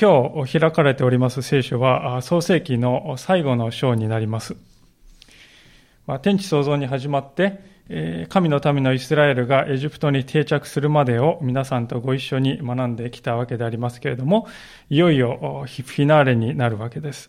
今日開かれております聖書は創世記の最後の章になります。天地創造に始まって神の民のイスラエルがエジプトに定着するまでを皆さんとご一緒に学んできたわけでありますけれども、いよいよフィナーレになるわけです。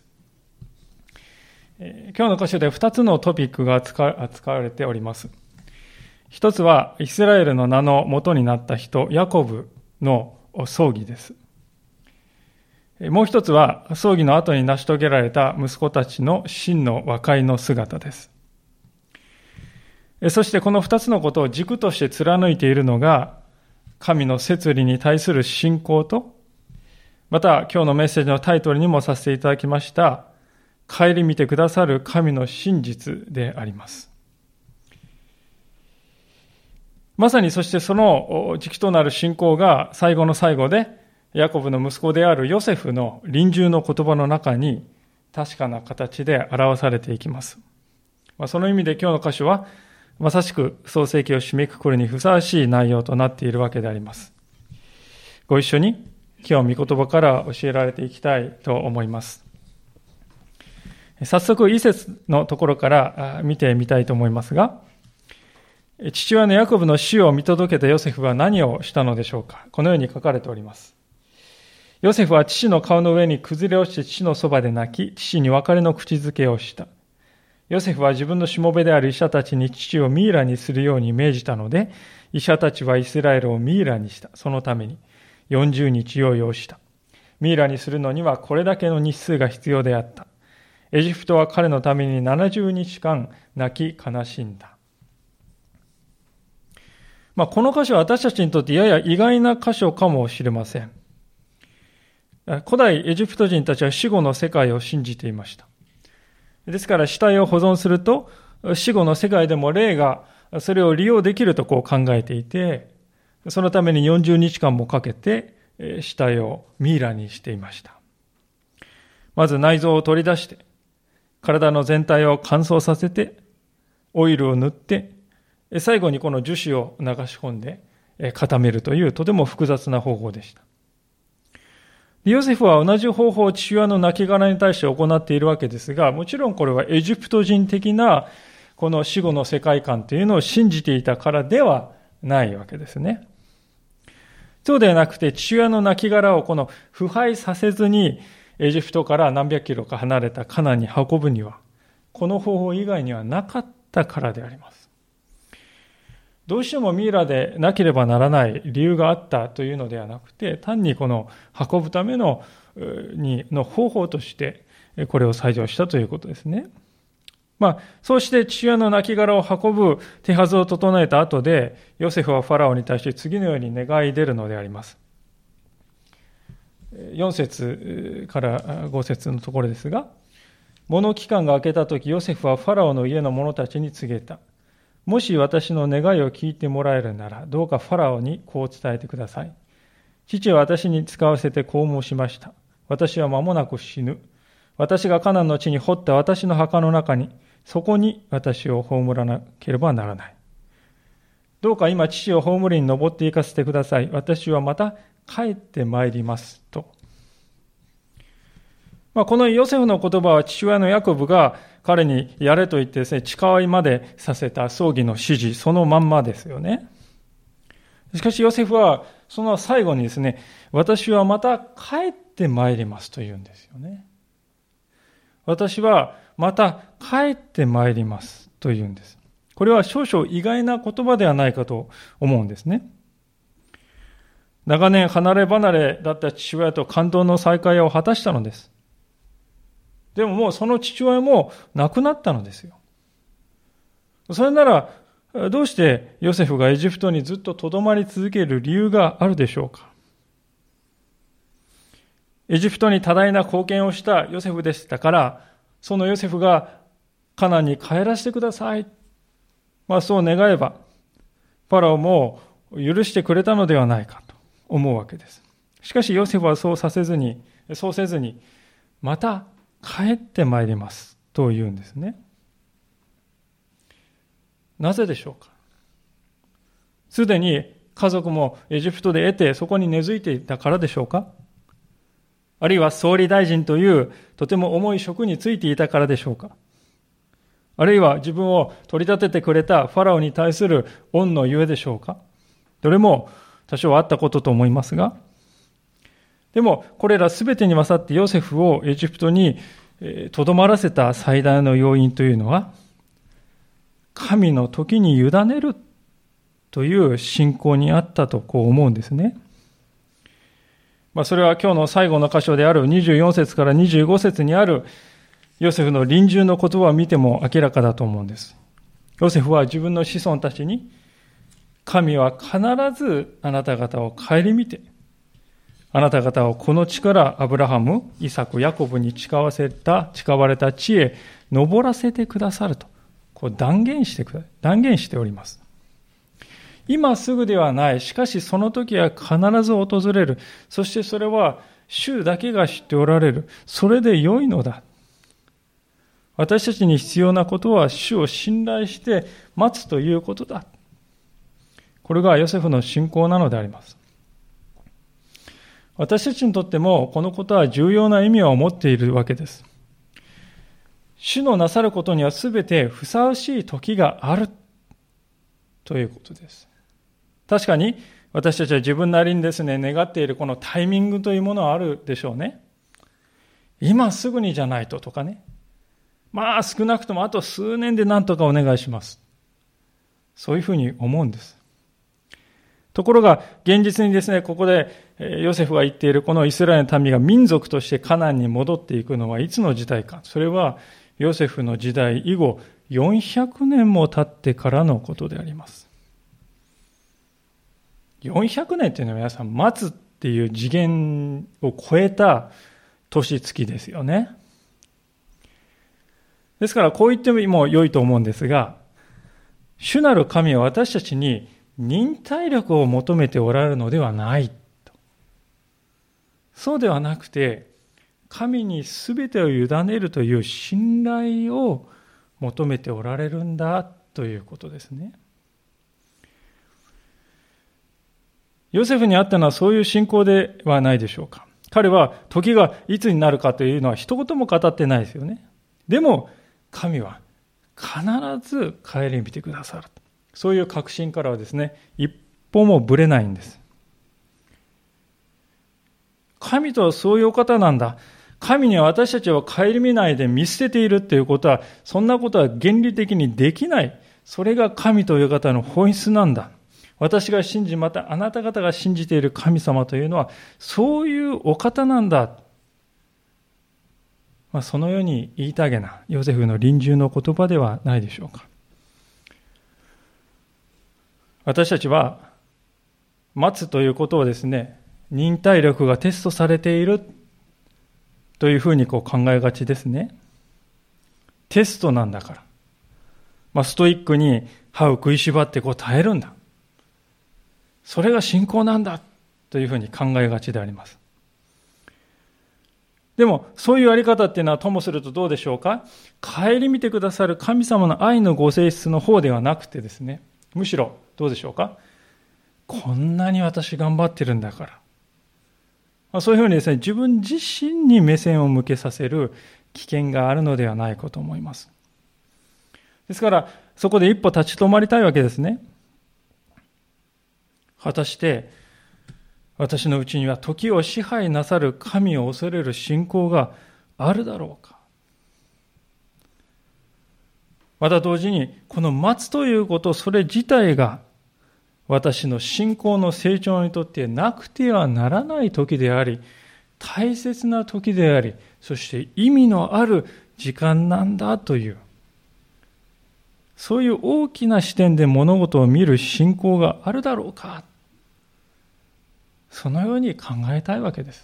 今日の箇所で2つのトピックが扱われております。一つはイスラエルの名の元になった人ヤコブの葬儀です。もう一つは葬儀の後に成し遂げられた息子たちの真の和解の姿です。そしてこの二つのことを軸として貫いているのが神の摂理に対する信仰と、また今日のメッセージのタイトルにもさせていただきました顧みてくださる神の真実であります。まさにそしてその軸となる信仰が最後の最後でヤコブの息子であるヨセフの臨終の言葉の中に確かな形で表されていきます。その意味で今日の箇所はまさしく創世記を締めくくるにふさわしい内容となっているわけであります。ご一緒に今日御言葉から教えられていきたいと思います。早速一節のところから見てみたいと思いますが、父親のヤコブの死を見届けたヨセフは何をしたのでしょうか。このように書かれております。ヨセフは父の顔の上に崩れ落ちて父のそばで泣き、父に別れの口づけをした。ヨセフは自分のしもべである医者たちに父をミイラにするように命じたので、医者たちはイスラエルをミイラにした。そのために40日を要した。ミイラにするのにはこれだけの日数が必要であった。エジプトは彼のために70日間泣き悲しんだ。この箇所は私たちにとってやや意外な箇所かもしれません。古代エジプト人たちは死後の世界を信じていました。ですから死体を保存すると死後の世界でも霊がそれを利用できると考えていて、そのために40日間もかけて死体をミイラにしていました。まず内臓を取り出して体の全体を乾燥させてオイルを塗って最後にこの樹脂を流し込んで固めるというとても複雑な方法でした。ヨセフは同じ方法を父親の亡骸に対して行っているわけですが、もちろんこれはエジプト人的なこの死後の世界観というのを信じていたからではないわけですね。そうではなくて父親の亡骸をこの腐敗させずにエジプトから何百キロか離れたカナンに運ぶにはこの方法以外にはなかったからであります。どうしてもミイラでなければならない理由があったというのではなくて、単にこの運ぶための方法としてこれを採用したということですね。そうして父親の亡骸を運ぶ手はずを整えた後で、ヨセフはファラオに対して次のように願い出るのであります。4節から5節のところですが、物期間が明けたとき、ヨセフはファラオの家の者たちに告げた。もし私の願いを聞いてもらえるなら、どうかファラオにこう伝えてください。父は私に使わせてこう申しました。私は間もなく死ぬ。私がカナンの地に掘った私の墓の中に、そこに私を葬らなければならない。どうか今父を葬りに登って行かせてください。私はまた帰ってまいりますと。このヨセフの言葉は父親のヤコブが彼にやれと言ってですね、誓いまでさせた葬儀の指示、そのまんまですよね。しかしヨセフはその最後にですね、私はまた帰ってまいりますと言うんですよね。私はまた帰ってまいりますと言うんです。これは少々意外な言葉ではないかと思うんですね。長年離れ離れだった父親と感動の再会を果たしたのです。でももうその父親も亡くなったのですよ。それならどうしてヨセフがエジプトにずっと留まり続ける理由があるでしょうか。エジプトに多大な貢献をしたヨセフでしたから、そのヨセフがカナンに帰らせてください。そう願えばファラオも許してくれたのではないかと思うわけです。しかしヨセフはそうせずにまた帰ってまいりますと言うんですね。なぜでしょうか。すでに家族もエジプトで得てそこに根付いていたからでしょうか。 あるいは総理大臣というとても重い職に就いていたからでしょうか。あるいは自分を取り立ててくれたファラオに対する恩のゆえでしょうか。どれも多少あったことと思いますが、でもこれらすべてに勝ってヨセフをエジプトにとどまらせた最大の要因というのは、神の時に委ねるという信仰にあったと思うんですね。それは今日の最後の箇所である24節から25節にあるヨセフの臨終の言葉を見ても明らかだと思うんです。ヨセフは自分の子孫たちに、神は必ずあなた方を顧みて、あなた方をこの地からアブラハム、イサク、ヤコブに誓われた地へ登らせてくださると、断言しております。今すぐではない。しかしその時は必ず訪れる。そしてそれは主だけが知っておられる。それで良いのだ。私たちに必要なことは主を信頼して待つということだ。これがヨセフの信仰なのであります。私たちにとってもこのことは重要な意味を持っているわけです。主のなさることにはすべてふさわしい時があるということです。確かに私たちは自分なりにですね、願っているこのタイミングというものはあるでしょうね。今すぐにじゃないとかね。少なくともあと数年で何とかお願いします。そういうふうに思うんです。ところが現実にですね、ここでヨセフが言っているこのイスラエルの民が民族としてカナンに戻っていくのはいつの時代か。それはヨセフの時代以後400年も経ってからのことであります。400年というのは皆さん待つっていう次元を超えた年月ですよね。ですからこう言っても良いと思うんですが、主なる神は私たちに忍耐力を求めておられるのではないと。そうではなくて、神に全てを委ねるという信頼を求めておられるんだということですね。ヨセフにあったのはそういう信仰ではないでしょうか。彼は時がいつになるかというのは一言も語ってないですよね。でも神は必ず顧みてくださる。そういう確信からはですね、一歩もぶれないんです。神とはそういうお方なんだ。神には私たちを顧みないで見捨てているということは、そんなことは原理的にできない。それが神という方の本質なんだ。私が信じ、またあなた方が信じている神様というのは、そういうお方なんだ。そのように言いたげなヨセフの臨終の言葉ではないでしょうか。私たちは待つということをですね、忍耐力がテストされているというふうに考えがちですね。テストなんだから。ストイックに歯を食いしばって耐えるんだ。それが信仰なんだというふうに考えがちであります。でもそういうやり方っていうのはともするとどうでしょうか。顧みてくださる神様の愛のご性質の方ではなくてですね、むしろどうでしょうか。こんなに私頑張ってるんだから。そういうふうにですね、自分自身に目線を向けさせる危険があるのではないかと思います。ですからそこで一歩立ち止まりたいわけですね。果たして私のうちには時を支配なさる神を恐れる信仰があるだろうか。また同時にこの待つということ、それ自体が私の信仰の成長にとってなくてはならない時であり、大切な時であり、そして意味のある時間なんだという、そういう大きな視点で物事を見る信仰があるだろうか。そのように考えたいわけです。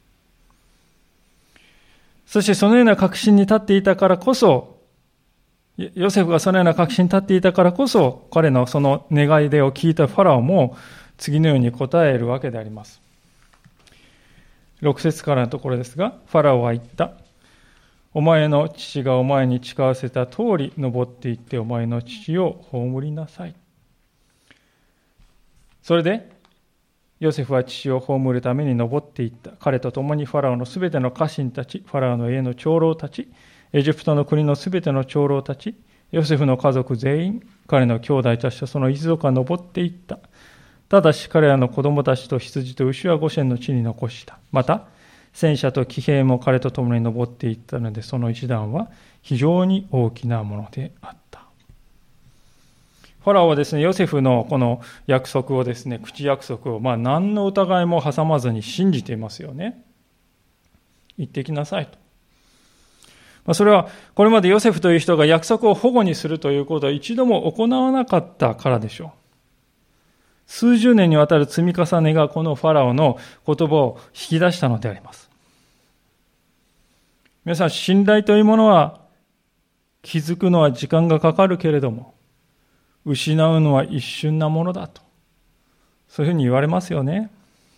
そしてそのような確信に立っていたからこそ、ヨセフがそのような確信に立っていたからこそ、彼のその願い出を聞いたファラオも次のように答えるわけであります。6節からのところですが、ファラオは言った。お前の父がお前に誓わせた通り登っていってお前の父を葬りなさい。それでヨセフは父を葬るために登っていった。彼と共にファラオのすべての家臣たち、ファラオの家の長老たち、エジプトの国のすべての長老たち、ヨセフの家族全員、彼の兄弟たちとその一族は登っていった。ただし彼らの子供たちと羊と牛はゴシェンの地に残した。また、戦車と騎兵も彼と共に登っていったので、その一団は非常に大きなものであった。ファラオはですね、ヨセフのこの約束をですね、口約束を何の疑いも挟まずに信じていますよね。行ってきなさいと。それはこれまでヨセフという人が約束を反故にするということは一度も行わなかったからでしょう。数十年にわたる積み重ねがこのファラオの言葉を引き出したのであります。皆さん、信頼というものは気づくのは時間がかかるけれども、失うのは一瞬なものだと、そういうふうに言われますよね。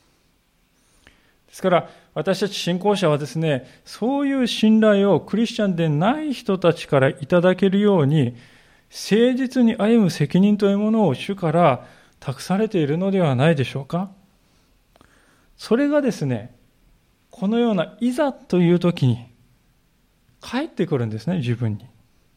ですから私たち信仰者はですね、そういう信頼をクリスチャンでない人たちからいただけるように、誠実に歩む責任というものを主から託されているのではないでしょうか。それがですね、このようないざという時に返ってくるんですね、自分に。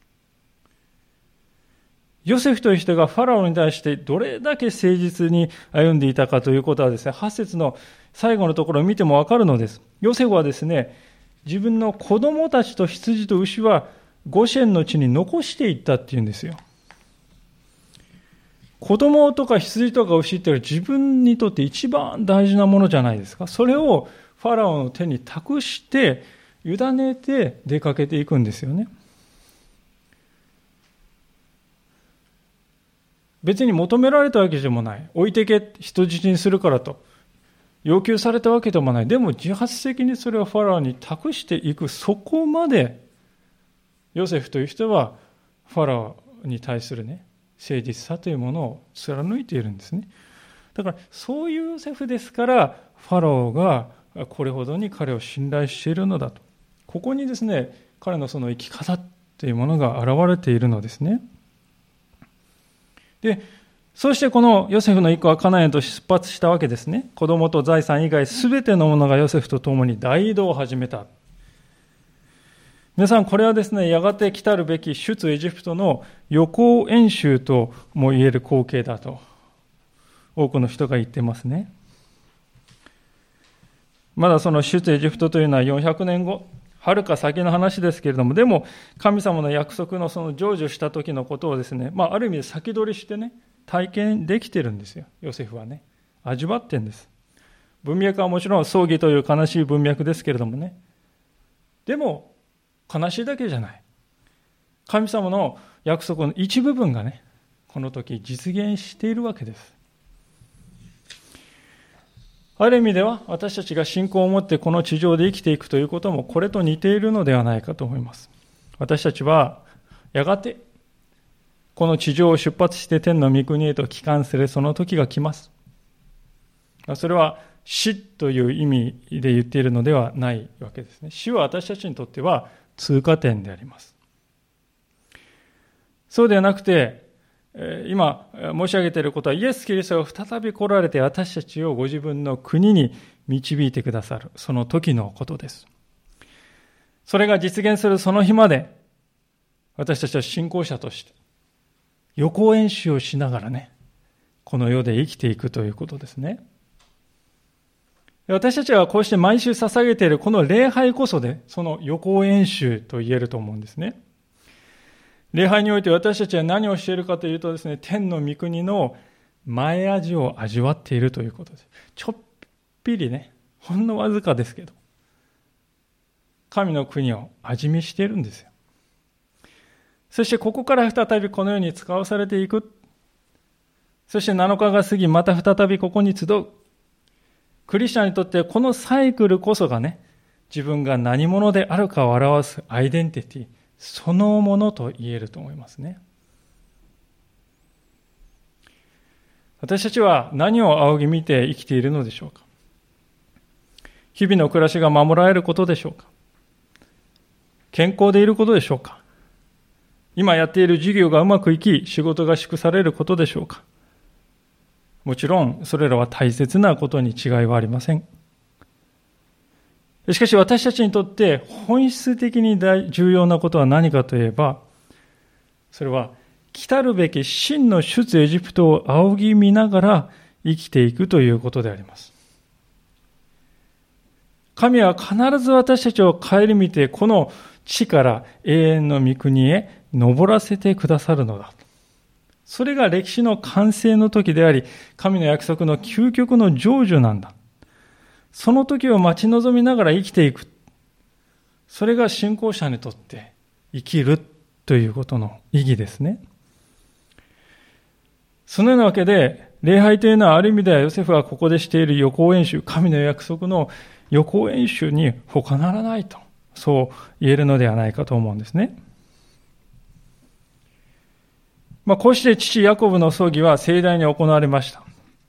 ヨセフという人がファラオに対してどれだけ誠実に歩んでいたかということはですね、8節の最後のところを見てもわかるのです。ヨセフはですね、自分の子供たちと羊と牛はゴシェンの地に残していったっていうんですよ。子供とか羊とか牛っていうのは自分にとって一番大事なものじゃないですか。それをファラオの手に託して委ねて出かけていくんですよね。別に求められたわけでもない。置いてけ、人質にするからと要求されたわけでもない。でも自発的にそれをファラオに託していく、そこまでヨセフという人はファラオに対するね、誠実さというものを貫いているんですね。だからそういうヨセフですから、ファラオがこれほどに彼を信頼しているのだと。ここにですね、彼のその生き方というものが現れているのですね。で、そしてこのヨセフの一家はカナンへと出発したわけですね。子供と財産以外すべてのものがヨセフと共に大移動を始めた。皆さん、これはですね、やがて来たるべき出エジプトの予行演習とも言える光景だと多くの人が言ってますね。まだその出エジプトというのは400年後、はるか先の話ですけれども、でも神様の約束のその成就した時のことをですね、ある意味で先取りしてね、体験できてるんですよ、ヨセフはね。味わってるんです。文脈はもちろん葬儀という悲しい文脈ですけれどもね。でも悲しいだけじゃない。神様の約束の一部分がね、この時実現しているわけです。ある意味では私たちが信仰を持ってこの地上で生きていくということもこれと似ているのではないかと思います。私たちはやがてこの地上を出発して天の御国へと帰還するその時が来ます。それは死という意味で言っているのではないわけですね。死は私たちにとっては通過点であります。そうではなくて、今申し上げていることはイエス・キリストが再び来られて私たちをご自分の国に導いてくださるその時のことです。それが実現するその日まで私たちは信仰者として予行演習をしながらね、この世で生きていくということですね。私たちはこうして毎週捧げているこの礼拝こそでその予行演習と言えると思うんですね。礼拝において私たちは何をしているかというとですね、天の御国の前味を味わっているということです。ちょっぴりね、ほんのわずかですけど、神の国を味見しているんですよ。そしてここから再びこのように使わされていく。そして7日が過ぎ、また再びここに集う。クリスチャンにとってこのサイクルこそがね、自分が何者であるかを表すアイデンティティそのものと言えると思いますね。私たちは何を仰ぎ見て生きているのでしょうか。日々の暮らしが守られることでしょうか。健康でいることでしょうか。今やっている事業がうまくいき、仕事が祝されることでしょうか。 もちろんそれらは大切なことに違いはありません。しかし私たちにとって本質的に重要なことは何かといえば、それは来るべき真の出エジプトを仰ぎ見ながら生きていくということであります。神は必ず私たちを顧みて、この地から永遠の御国へ登らせてくださるのだ。それが歴史の完成の時であり、神の約束の究極の成就なんだ。その時を待ち望みながら生きていく。それが信仰者にとって生きるということの意義ですね。そのようなわけで、礼拝というのはある意味ではヨセフがここでしている予行演習、神の約束の予行演習に他ならないと、そう言えるのではないかと思うんですね。こうして父ヤコブの葬儀は盛大に行われました。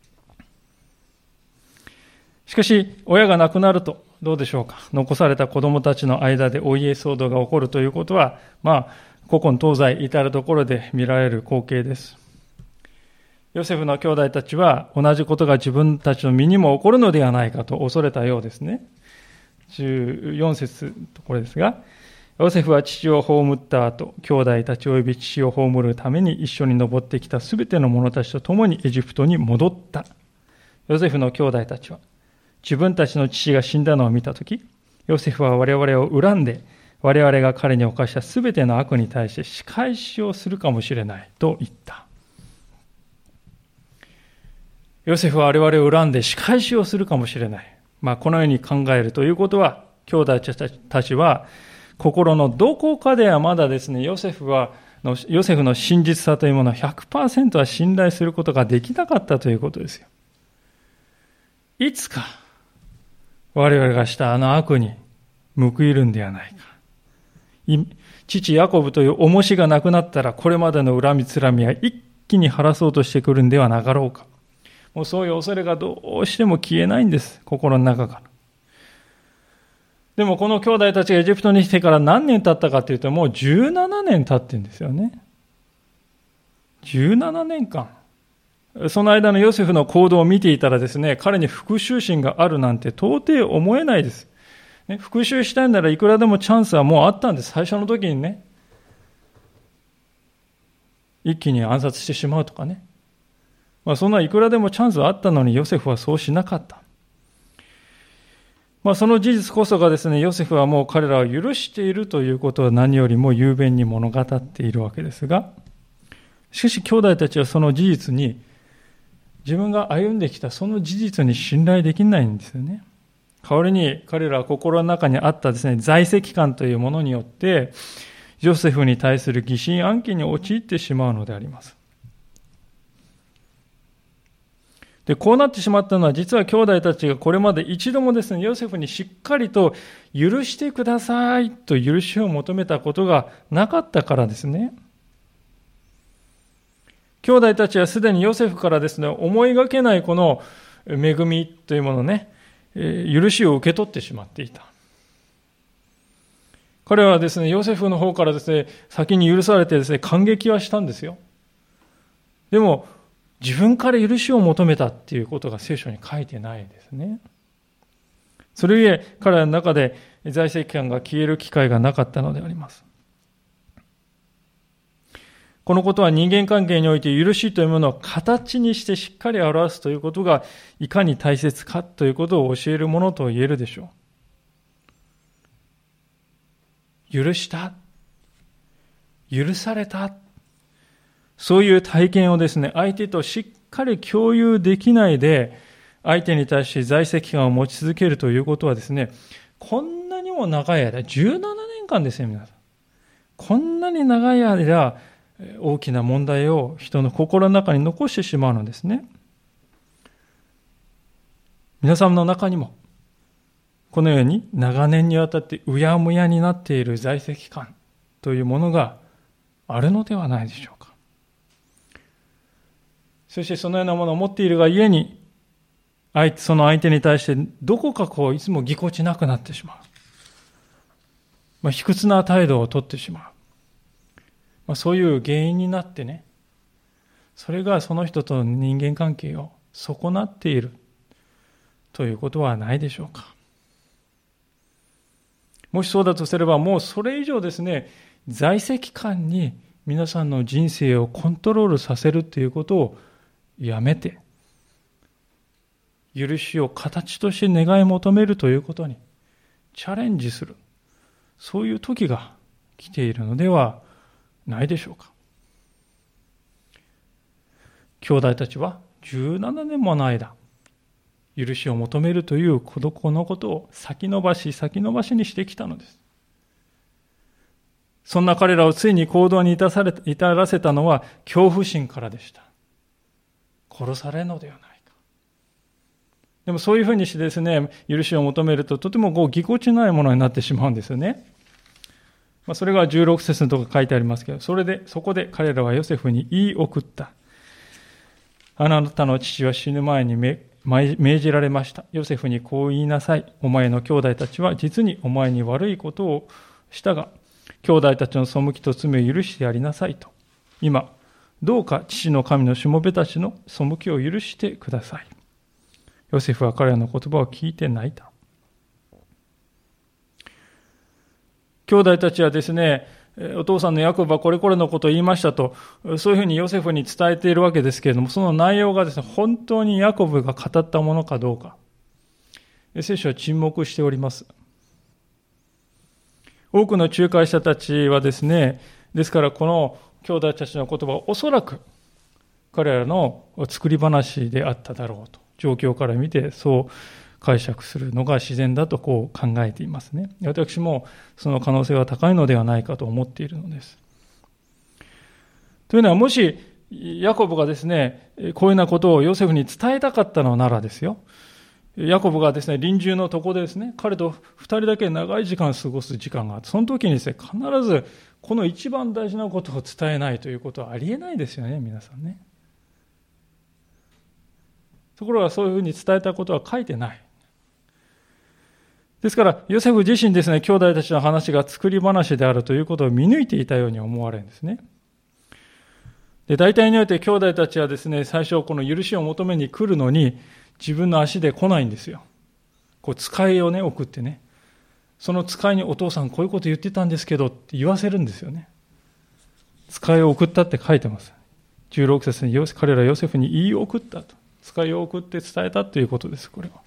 しかし、親が亡くなるとどうでしょうか。残された子供たちの間でお家騒動が起こるということは、古今東西至るところで見られる光景です。ヨセフの兄弟たちは同じことが自分たちの身にも起こるのではないかと恐れたようですね。14節ところですが、ヨセフは父を葬った後、兄弟たち及び父を葬るために一緒に登ってきたすべての者たちと共にエジプトに戻った。ヨセフの兄弟たちは自分たちの父が死んだのを見たとき、ヨセフは我々を恨んで、我々が彼に犯したすべての悪に対して仕返しをするかもしれないと言った。ヨセフは我々を恨んで仕返しをするかもしれない。このように考えるということは、兄弟たちは心のどこかではまだですね、ヨセフの真実さというものを 100% は信頼することができなかったということですよ。いつか我々がしたあの悪に報いるんではないか。父ヤコブという重しがなくなったら、これまでの恨みつらみは一気に晴らそうとしてくるんではなかろうか。もうそういう恐れがどうしても消えないんです、心の中から。でもこの兄弟たちがエジプトに来てから何年経ったかというと、もう17年経ってるんですよね。17年間。その間のヨセフの行動を見ていたらですね、彼に復讐心があるなんて到底思えないです。復讐したいならいくらでもチャンスはもうあったんです。最初の時にね、一気に暗殺してしまうとかね。そんないくらでもチャンスはあったのにヨセフはそうしなかった。その事実こそがですね、ヨセフはもう彼らを許しているということは何よりも雄弁に物語っているわけですが、しかし兄弟たちはその事実に、自分が歩んできたその事実に信頼できないんですよね。代わりに彼らは心の中にあったですね、在籍感というものによって、ヨセフに対する疑心暗鬼に陥ってしまうのであります。で、こうなってしまったのは、実は兄弟たちがこれまで一度もですね、ヨセフにしっかりと許してくださいと許しを求めたことがなかったからですね。兄弟たちはすでにヨセフからですね、思いがけないこの恵みというものをね、許しを受け取ってしまっていた。彼はですね、ヨセフの方からですね、先に許されてですね、感激はしたんですよ。でも、自分から許しを求めたっていうことが聖書に書いてないですね。それゆえ、彼らの中で在籍感が消える機会がなかったのであります。このことは人間関係において許しというものを形にしてしっかり表すということがいかに大切かということを教えるものと言えるでしょう。許した。許された。そういう体験をですね、相手としっかり共有できないで、相手に対して在籍感を持ち続けるということはですね、こんなにも長い間、17年間ですよ、皆さん。こんなに長い間、大きな問題を人の心の中に残してしまうのですね。皆さんの中にも、このように長年にわたってうやむやになっている在籍感というものがあるのではないでしょうか。そしてそのようなものを持っているがゆえに、その相手に対してどこかいつもぎこちなくなってしまう。卑屈な態度をとってしまう。そういう原因になってね、それがその人との人間関係を損なっているということはないでしょうか。もしそうだとすれば、もうそれ以上ですね、在籍感に皆さんの人生をコントロールさせるということをやめて、許しを形として願い求めるということにチャレンジする、そういう時が来ているのではないでしょうか。兄弟たちは17年もの間、許しを求めるというこのことを先延ばしにしてきたのです。そんな彼らをついに行動に至らせたのは恐怖心からでした。殺されるのではないか。でもそういうふうにしてですね、許しを求めるととてもぎこちないものになってしまうんですよね。それが16節のところ書いてありますけど、そこで彼らはヨセフに言い送った。あなたの父は死ぬ前に命じられました。ヨセフにこう言いなさい。お前の兄弟たちは実にお前に悪いことをしたが、兄弟たちの背きと罪を許してやりなさいと。今、どうか父の神のしもべたちの背きを許してください。ヨセフは彼らの言葉を聞いて泣いた。兄弟たちはですね、お父さんのヤコブはこれこれのことを言いましたと、そういうふうにヨセフに伝えているわけですけれども、その内容がですね、本当にヤコブが語ったものかどうか、聖書は沈黙しております。多くの仲介者たちはですね、ですからこの兄弟たちの言葉はおそらく彼らの作り話であっただろうと、状況から見てそう解釈するのが自然だと考えていますね。私もその可能性は高いのではないかと思っているのです。というのは、もしヤコブがですね、こういうようなことをヨセフに伝えたかったのならですよ、ヤコブがですね、臨終のとこでですね、彼と2人だけ長い時間過ごす時間があって、その時にですね、必ずこの一番大事なことを伝えないということはありえないですよね、皆さんね。ところがそういうふうに伝えたことは書いてない。ですから、ヨセフ自身ですね、兄弟たちの話が作り話であるということを見抜いていたように思われるんですね。で、大体において兄弟たちはですね、最初この許しを求めに来るのに、自分の足で来ないんですよ。使いをね、送ってね。その使いにお父さんこういうこと言ってたんですけどって言わせるんですよね。使いを送ったって書いてます。16節に彼らヨセフに言い送ったと。使いを送って伝えたということです、これは。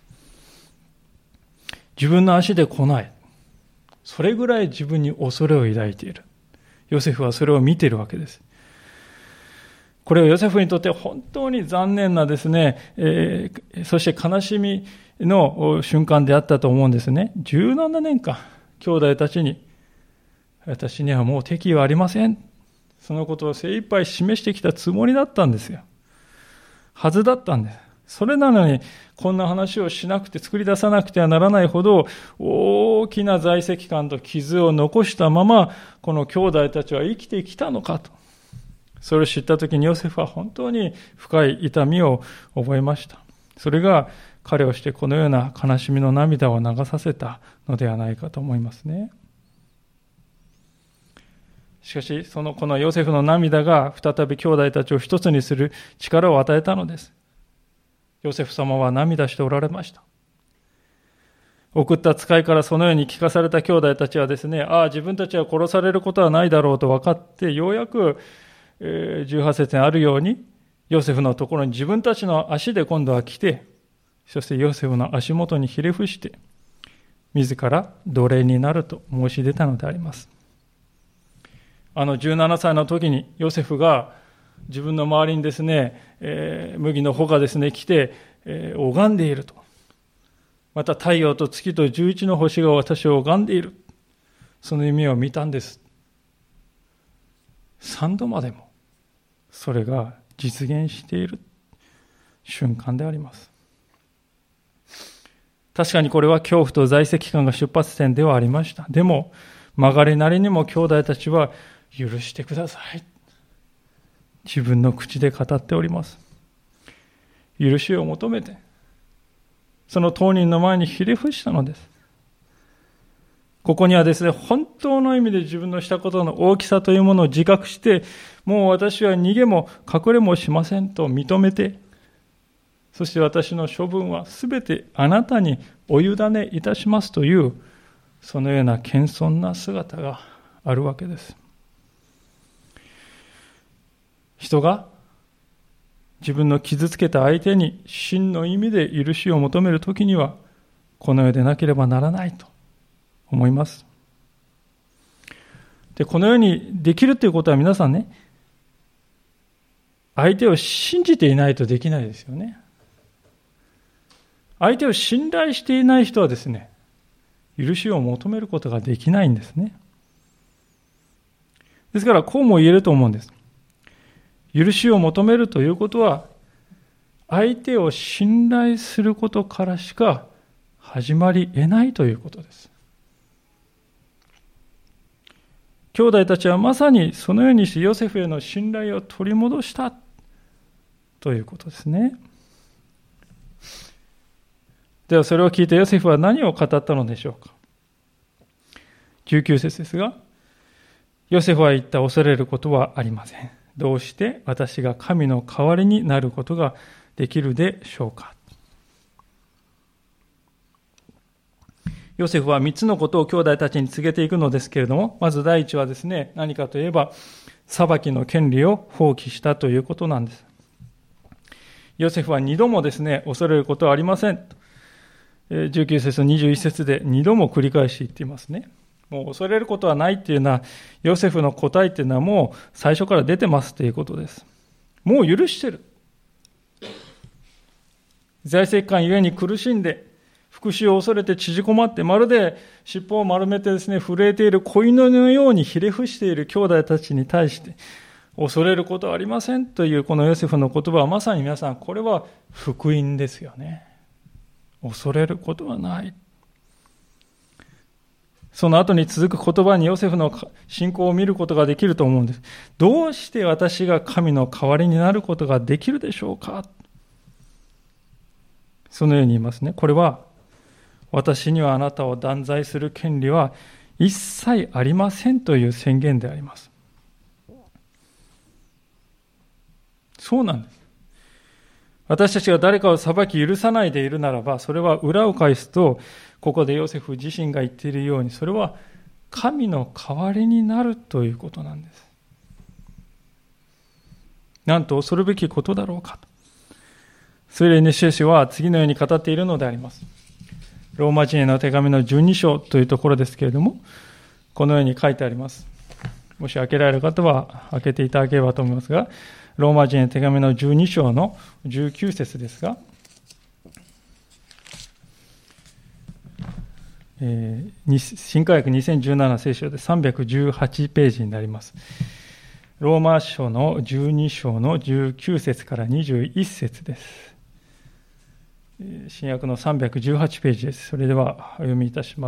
自分の足で来ない。それぐらい自分に恐れを抱いている。ヨセフはそれを見ているわけです。これはヨセフにとって本当に残念なですね、そして悲しみの瞬間であったと思うんですね。17年間、兄弟たちに、私にはもう敵意はありません。そのことを精一杯示してきたつもりだったんですよ。はずだったんです。それなのに、こんな話をしなくて、作り出さなくてはならないほど、大きな在籍感と傷を残したまま、この兄弟たちは生きてきたのかと。それを知ったときにヨセフは本当に深い痛みを覚えました。それが彼をしてこのような悲しみの涙を流させたのではないかと思いますね。しかし、このヨセフの涙が再び兄弟たちを一つにする力を与えたのです。ヨセフ様は涙しておられました。送った使いからそのように聞かされた兄弟たちはですね、自分たちは殺されることはないだろうと分かって、ようやく18節にあるように、ヨセフのところに自分たちの足で今度は来て、そしてヨセフの足元にひれ伏して、自ら奴隷になると申し出たのであります。17歳の時にヨセフが自分の周りにですね、麦の穂がですね、来て、拝んでいると。また太陽と月と11の星が私を拝んでいる。その夢を見たんです。3度までもそれが実現している瞬間であります。確かにこれは恐怖と在籍感が出発点ではありました。でも曲がりなりにも兄弟たちは許してください、自分の口で語っております。許しを求めてその当人の前にひれ伏したのです。ここにはですね、本当の意味で自分のしたことの大きさというものを自覚して、もう私は逃げも隠れもしませんと認めて、 そして私の処分はすべてあなたにお委ねいたしますという、そのような謙遜な姿があるわけです。人が自分の傷つけた相手に真の意味で許しを求めるときには、この世でなければならないと思います。で、このようにできるということは皆さんね、相手を信じていないとできないですよね。相手を信頼していない人はですね、許しを求めることができないんですね。ですからこうも言えると思うんです。許しを求めるということは、相手を信頼することからしか始まり得ないということです。兄弟たちはまさにそのようにしてヨセフへの信頼を取り戻したということですね。ではそれを聞いてヨセフは何を語ったのでしょうか。19節ですが、ヨセフは言った。恐れることはありません。どうして私が神の代わりになることができるでしょうか。ヨセフは3つのことを兄弟たちに告げていくのですけれども、まず第一はですね、何かといえば裁きの権利を放棄したということなんです。ヨセフは2度もですね、恐れることはありません。19節と21節で2度も繰り返し言っていますね。もう恐れることはないっていうのは、ヨセフの答えっていうのはもう最初から出てますということです。もう許してる。財政官ゆえに苦しんで、復讐を恐れて縮こまって、まるで尻尾を丸めてですね、震えている子犬のようにひれ伏している兄弟たちに対して、恐れることはありませんというこのヨセフの言葉は、まさに皆さん、これは福音ですよね。恐れることはない。その後に続く言葉にヨセフの信仰を見ることができると思うんです。どうして私が神の代わりになることができるでしょうか。そのように言いますね。これは、私にはあなたを断罪する権利は一切ありませんという宣言であります。そうなんです。私たちが誰かを裁き許さないでいるならば、それは裏を返すと、ここでヨセフ自身が言っているように、それは神の代わりになるということなんです。なんと恐るべきことだろうかと。スイレネシェ氏は次のように語っているのであります。ローマ人への手紙の12章というところですけれども、このように書いてあります。もし開けられる方は開けていただければと思いますが、ローマ人への手紙の12章の19節ですが、新科学2017聖書で318ページになります。ローマ書の12章の19節から21節です。新約の318ページです。それではお読みいたします。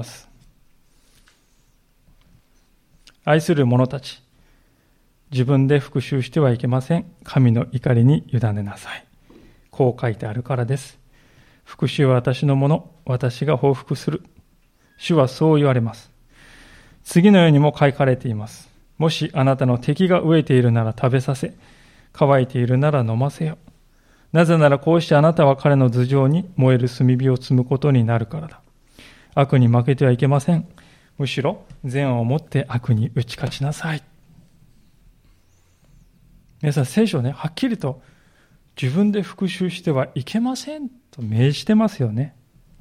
愛する者たち、自分で復讐してはいけません。神の怒りに委ねなさい。こう書いてあるからです。復讐は私のもの、私が報復する。主はそう言われます。次のようにも書かれています。もしあなたの敵が飢えているなら食べさせ、乾いているなら飲ませよ。なぜならこうしてあなたは彼の頭上に燃える炭火を積むことになるからだ。悪に負けてはいけません。むしろ善をもって悪に打ち勝ちなさい。皆さん聖書ね、はっきりと自分で復讐してはいけませんと命じてますよね。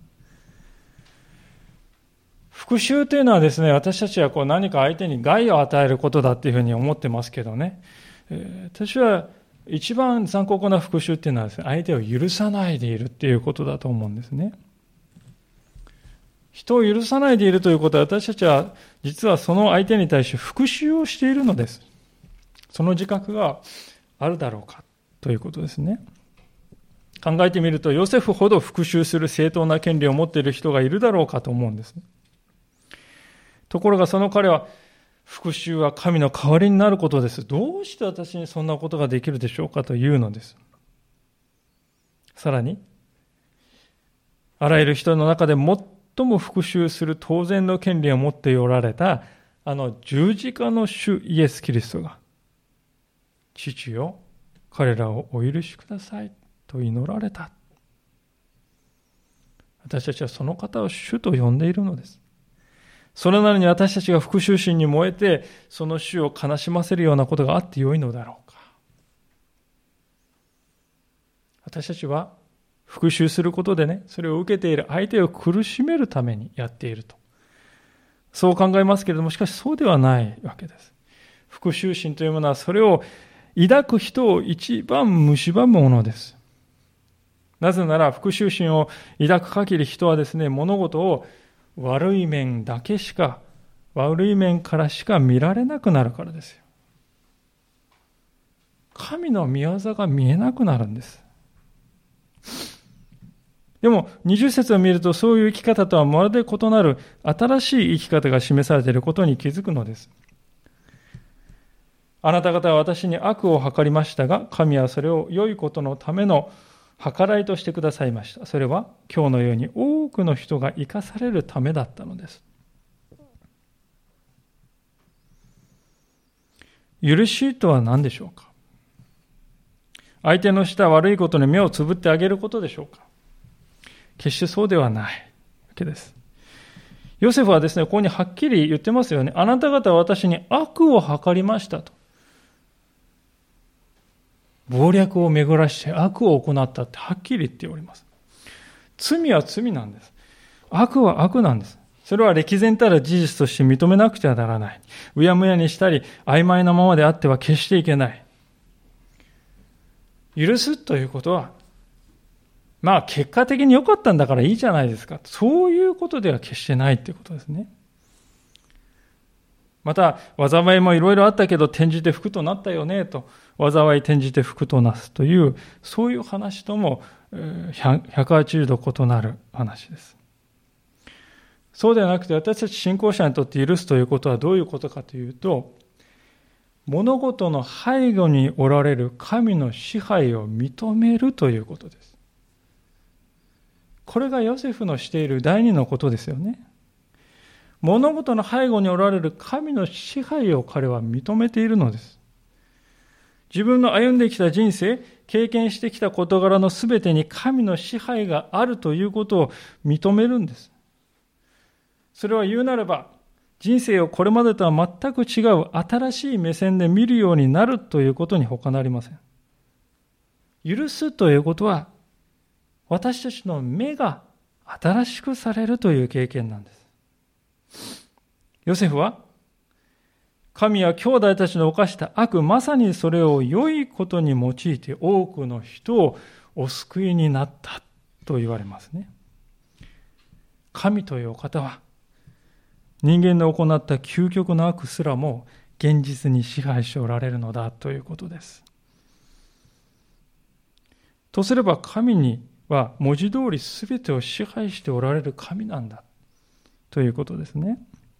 復讐というのはですね、私たちは何か相手に害を与えることだっていうふうに思ってますけどね、私は一番残酷な復讐っていうのはですね、相手を許さないでいるっていうことだと思うんですね。人を許さないでいるということは、私たちは実はその相手に対して復讐をしているのです。その自覚があるだろうかということですね。考えてみると、ヨセフほど復讐する正当な権利を持っている人がいるだろうかと思うんですね。ところがその彼は、復讐は神の代わりになることです。どうして私にそんなことができるでしょうかというのです。さらに、あらゆる人の中で最も復讐する当然の権利を持っておられた、十字架の主イエス・キリストが、父よ、彼らをお許しくださいと祈られた。 私たちはその方を主と呼んでいるのです。それなのに私たちが復讐心に燃えて、その主を悲しませるようなことがあってよいのだろうか。私たちは復讐することでね、それを受けている相手を苦しめるためにやっていると。そう考えますけれども、しかしそうではないわけです。復讐心というものはそれを抱く人を一番蝕むものです。なぜなら復讐心を抱く限り人はですね、物事を悪い面からしか見られなくなるからですよ。神の御業が見えなくなるんです。でも20節を見るとそういう生き方とはまるで異なる新しい生き方が示されていることに気づくのです。あなた方は私に悪を計りましたが、神はそれを良いことのための計らいとしてくださいました。それは今日のように多くの人が生かされるためだったのです。許しとは何でしょうか。相手のした悪いことに目をつぶってあげることでしょうか。決してそうではないわけです。ヨセフはですね、ここにはっきり言ってますよね。あなた方は私に悪を計りましたと。謀略を巡らして悪を行ったってはっきり言っております。罪は罪なんです。悪は悪なんです。それは歴然たる事実として認めなくてはならない。うやむやにしたり曖昧なままであっては決していけない。許すということは、結果的に良かったんだからいいじゃないですか。そういうことでは決してないということですね。また、災いもいろいろあったけど、転じて福となったよねと、災い転じて福となすという、そういう話とも180度異なる話です。そうではなくて、私たち信仰者にとって許すということはどういうことかというと、物事の背後におられる神の支配を認めるということです。これがヨセフのしている第二のことですよね。物事の背後におられる神の支配を彼は認めているのです。自分の歩んできた人生、経験してきた事柄のすべてに神の支配があるということを認めるんです。それは言うなれば、人生をこれまでとは全く違う新しい目線で見るようになるということに他なりません。許すということは、私たちの目が新しくされるという経験なんです。ヨセフは、神は兄弟たちの犯した悪、まさにそれを良いことに用いて多くの人をお救いになったと言われますね。神というお方は、人間の行った究極の悪すらも現実に支配しておられるのだということです。とすれば神には文字通り全てを支配しておられる神なんだということですね。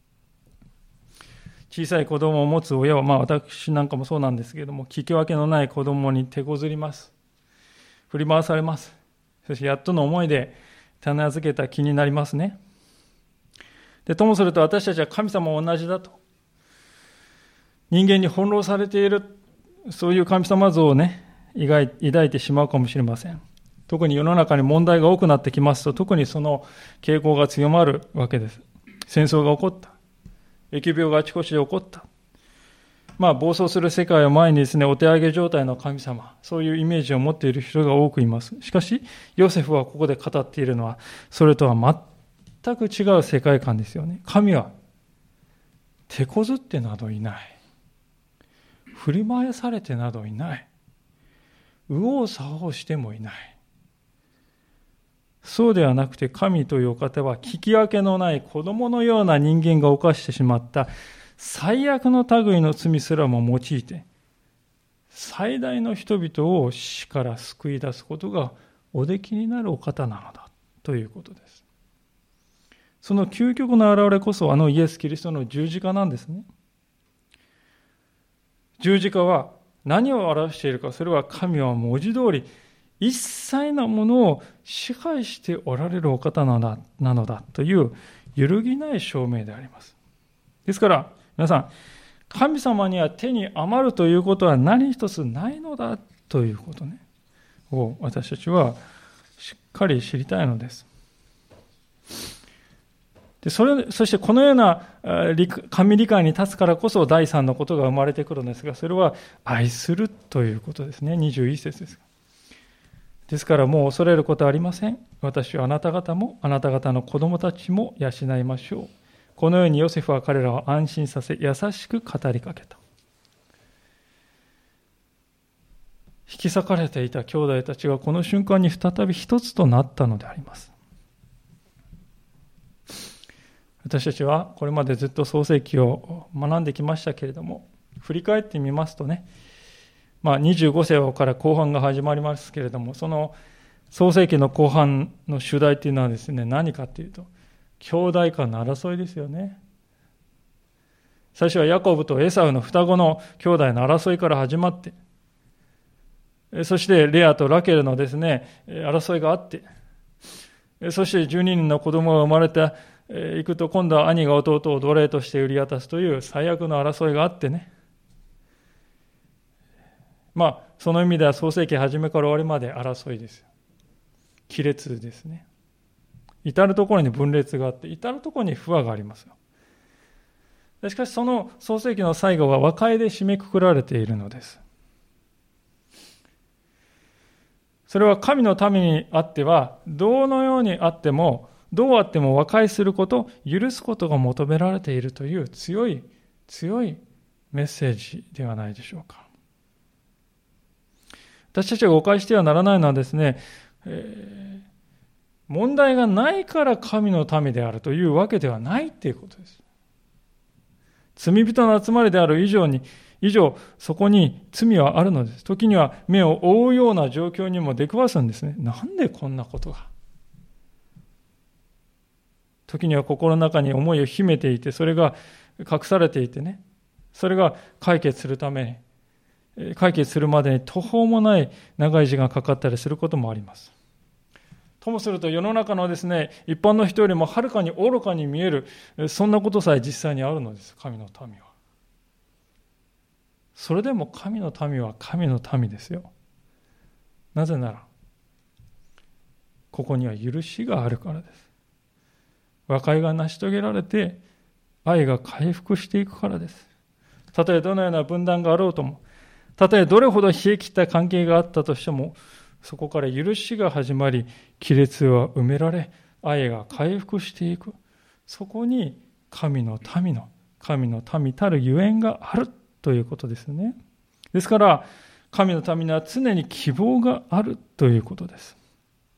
小さい子供を持つ親は、私なんかもそうなんですけれども、聞き分けのない子供に手こずります。振り回されます。そしてやっとの思いで種預けた気になりますね。で、ともすると私たちは神様も同じだと。人間に翻弄されている、そういう神様像をね、抱いてしまうかもしれません。特に世の中に問題が多くなってきますと、特にその傾向が強まるわけです。戦争が起こった。疫病があちこちで起こった。暴走する世界を前にですね、お手上げ状態の神様、そういうイメージを持っている人が多くいます。しかし、ヨセフはここで語っているのは、それとは全く違う世界観ですよね。神は手こずってなどいない。振り回されてなどいない。右往左往してもいない。そうではなくて、神というお方は聞き分けのない子供のような人間が犯してしまった最悪の類の罪すらも用いて、最大の人々を死から救い出すことがおできになるお方なのだということです。その究極の現れこそイエス・キリストの十字架なんですね。十字架は何を表しているか、それは神は文字通り一切のものを支配しておられるお方なのだという揺るぎない証明であります。ですから皆さん、神様には手に余るということは何一つないのだということねを私たちはしっかり知りたいのです。 でそしてこのような神理解に立つからこそ第三のことが生まれてくるんですが、それは愛するということですね。21節です。ですからもう恐れることはありません。私はあなた方もあなた方の子供たちも養いましょう。このようにヨセフは彼らを安心させ優しく語りかけた。引き裂かれていた兄弟たちがこの瞬間に再び一つとなったのであります。私たちはこれまでずっと創世記を学んできましたけれども、振り返ってみますとね、25節から後半が始まりますけれども、その創世記の後半の主題というのはですね、何かというと、兄弟間の争いですよね。最初はヤコブとエサウの双子の兄弟の争いから始まって、そしてレアとラケルのですね、争いがあって、そして12人の子供が生まれていくと、今度は兄が弟を奴隷として売り渡すという最悪の争いがあってね。その意味では創世記初めから終わりまで争いですよ。亀裂ですね。至るところに分裂があって、至るところに不和がありますよ。しかしその創世記の最後は和解で締めくくられているのです。それは神のためにあっては、どのようにあっても、どうあっても和解すること、許すことが求められているという強いメッセージではないでしょうか。私たちが誤解してはならないのはですね、問題がないから神の民であるというわけではないということです。罪人の集まりである以上、そこに罪はあるのです。時には目を覆うような状況にも出くわすんですね。なんでこんなことが。時には心の中に思いを秘めていて、それが隠されていてね、それが解決するまでに途方もない長い時間がかかったりすることもあります。ともすると世の中のですね、一般の人よりもはるかに愚かに見える、そんなことさえ実際にあるのです、神の民は。それでも神の民は神の民ですよ。なぜなら、ここには許しがあるからです。和解が成し遂げられて、愛が回復していくからです。たとえどのような分断があろうとも、たとえどれほど冷え切った関係があったとしても、そこから許しが始まり、亀裂は埋められ、愛が回復していく。そこに神の民たるゆえんがあるということですね。ですから、神の民には常に希望があるということです。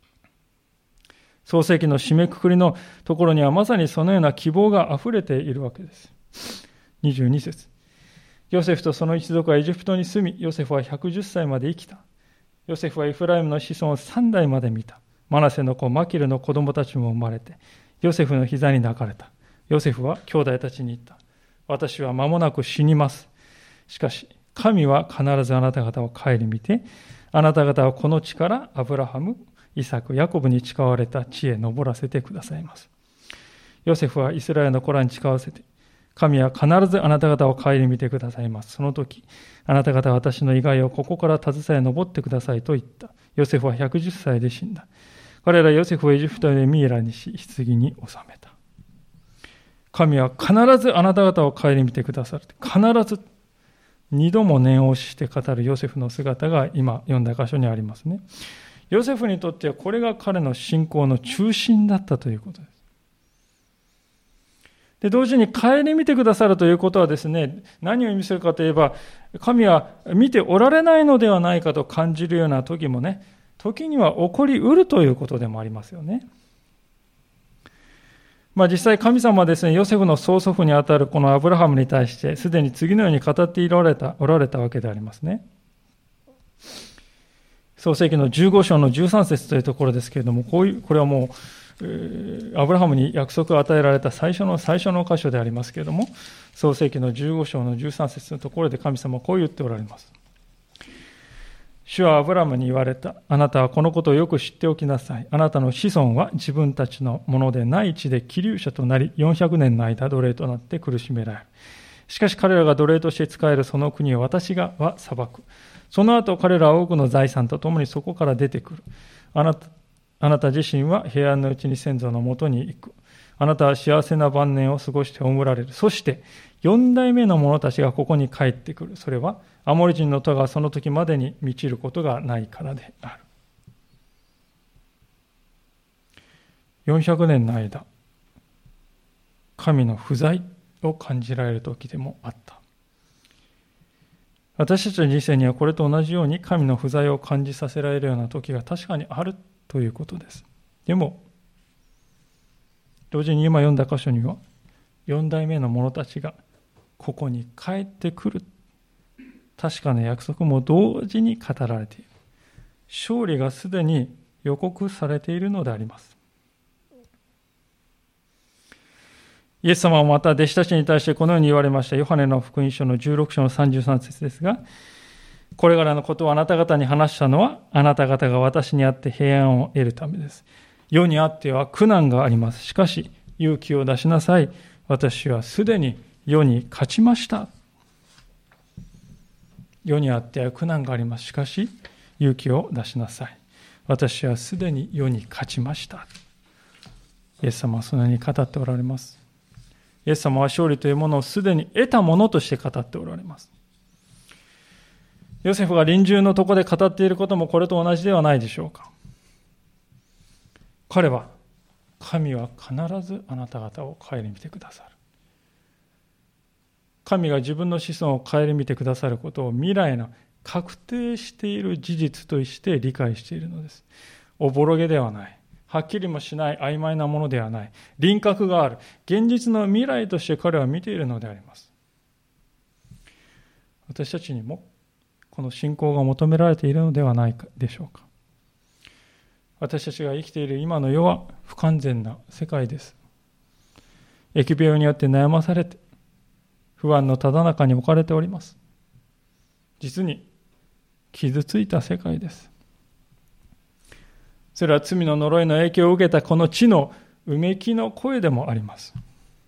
創世記の締めくくりのところにはまさにそのような希望があふれているわけです。22節。ヨセフとその一族はエジプトに住み、ヨセフは110歳まで生きた。ヨセフはエフライムの子孫を3代まで見た。マナセの子マキルの子供たちも生まれて、ヨセフの膝に抱かれた。ヨセフは兄弟たちに言った。私は間もなく死にます。しかし、神は必ずあなた方を顧みて、あなた方はこの地からアブラハム、イサク、ヤコブに誓われた地へ登らせてくださいます。ヨセフはイスラエルの子らに誓わせて、神は必ずあなた方を顧みてくださいます。その時、あなた方は私の遺骸をここから携え登ってくださいと言った。ヨセフは110歳で死んだ。彼らヨセフをエジプトでミイラにし、棺に収めた。神は必ずあなた方を顧みてくださる。必ず2度も念押しして語るヨセフの姿が今読んだ箇所にありますね。ヨセフにとってはこれが彼の信仰の中心だったということです。で、同時に顧みてくださるということはですね、何を意味するかといえば、神は見ておられないのではないかと感じるような時もね、時には起こりうるということでもありますよね。実際神様はですね、ヨセフの曽祖父にあたるこのアブラハムに対して、すでに次のように語っておられたわけでありますね。創世記の15章の13節というところですけれども、これはもう、アブラハムに約束を与えられた最初の箇所でありますけれども、創世記の15章の13節のところで神様はこう言っておられます。主はアブラハムに言われた。あなたはこのことをよく知っておきなさい。あなたの子孫は自分たちのものでない地で寄留者となり、400年の間奴隷となって苦しめられる。しかし彼らが奴隷として仕えるその国を私が裁く。その後彼らは多くの財産とともにそこから出てくる。あなあなた自身は平安のうちに先祖のもとに行く。あなたは幸せな晩年を過ごして葬られる。そして4代目の者たちがここに帰ってくる。それはアモリ人の戸がその時までに満ちることがないからである。400年の間、神の不在を感じられる時でもあった。私たちの人生にはこれと同じように神の不在を感じさせられるような時が確かにあるということです。でも、同時に今読んだ箇所には、4代目の者たちがここに帰ってくる確かな約束も同時に語られている。勝利がすでに予告されているのであります。イエス様はまた弟子たちに対してこのように言われました。ヨハネの福音書の16章の33節ですが、これからのことをあなた方に話したのは、あなた方が私にあって平安を得るためです。世にあっては苦難があります。しかし勇気を出しなさい。私はすでに世に勝ちました。世にあっては苦難があります。しかし勇気を出しなさい。私はすでに世に勝ちました。イエス様はそのように語っておられます。イエス様は勝利というものをすでに得たものとして語っておられます。ヨセフが臨終のとこで語っていることもこれと同じではないでしょうか。彼は、神は必ずあなた方を顧みてくださる。神が自分の子孫を顧みてくださることを未来の確定している事実として理解しているのです。おぼろげではない。はっきりもしない曖昧なものではない。輪郭がある。現実の未来として彼は見ているのであります。私たちにもこの信仰が求められているのではないでしょうか。私たちが生きている今の世は不完全な世界です。疫病によって悩まされて不安のただ中に置かれております。実に傷ついた世界です。それは罪の呪いの影響を受けたこの地のうめきの声でもあります。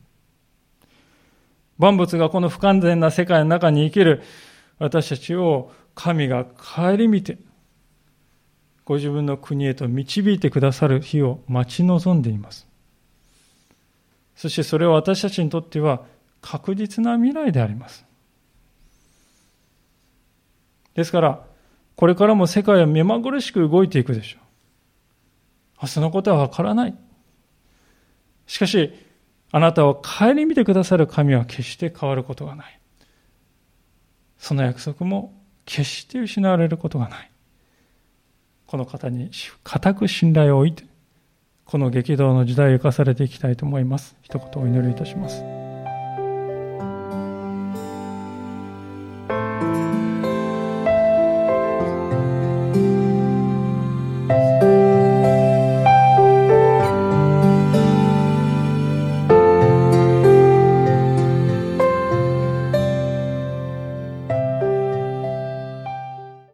万物がこの不完全な世界の中に生きる私たちを神が顧みて、ご自分の国へと導いてくださる日を待ち望んでいます。そしてそれは私たちにとっては確実な未来であります。ですから、これからも世界は目まぐるしく動いていくでしょう。明日のことはわからない。しかし、あなたを顧みてくださる神は決して変わることがない。その約束も決して失われることがない。この方に固く信頼を置いて、この激動の時代を生かされていきたいと思います。一言お祈りいたします。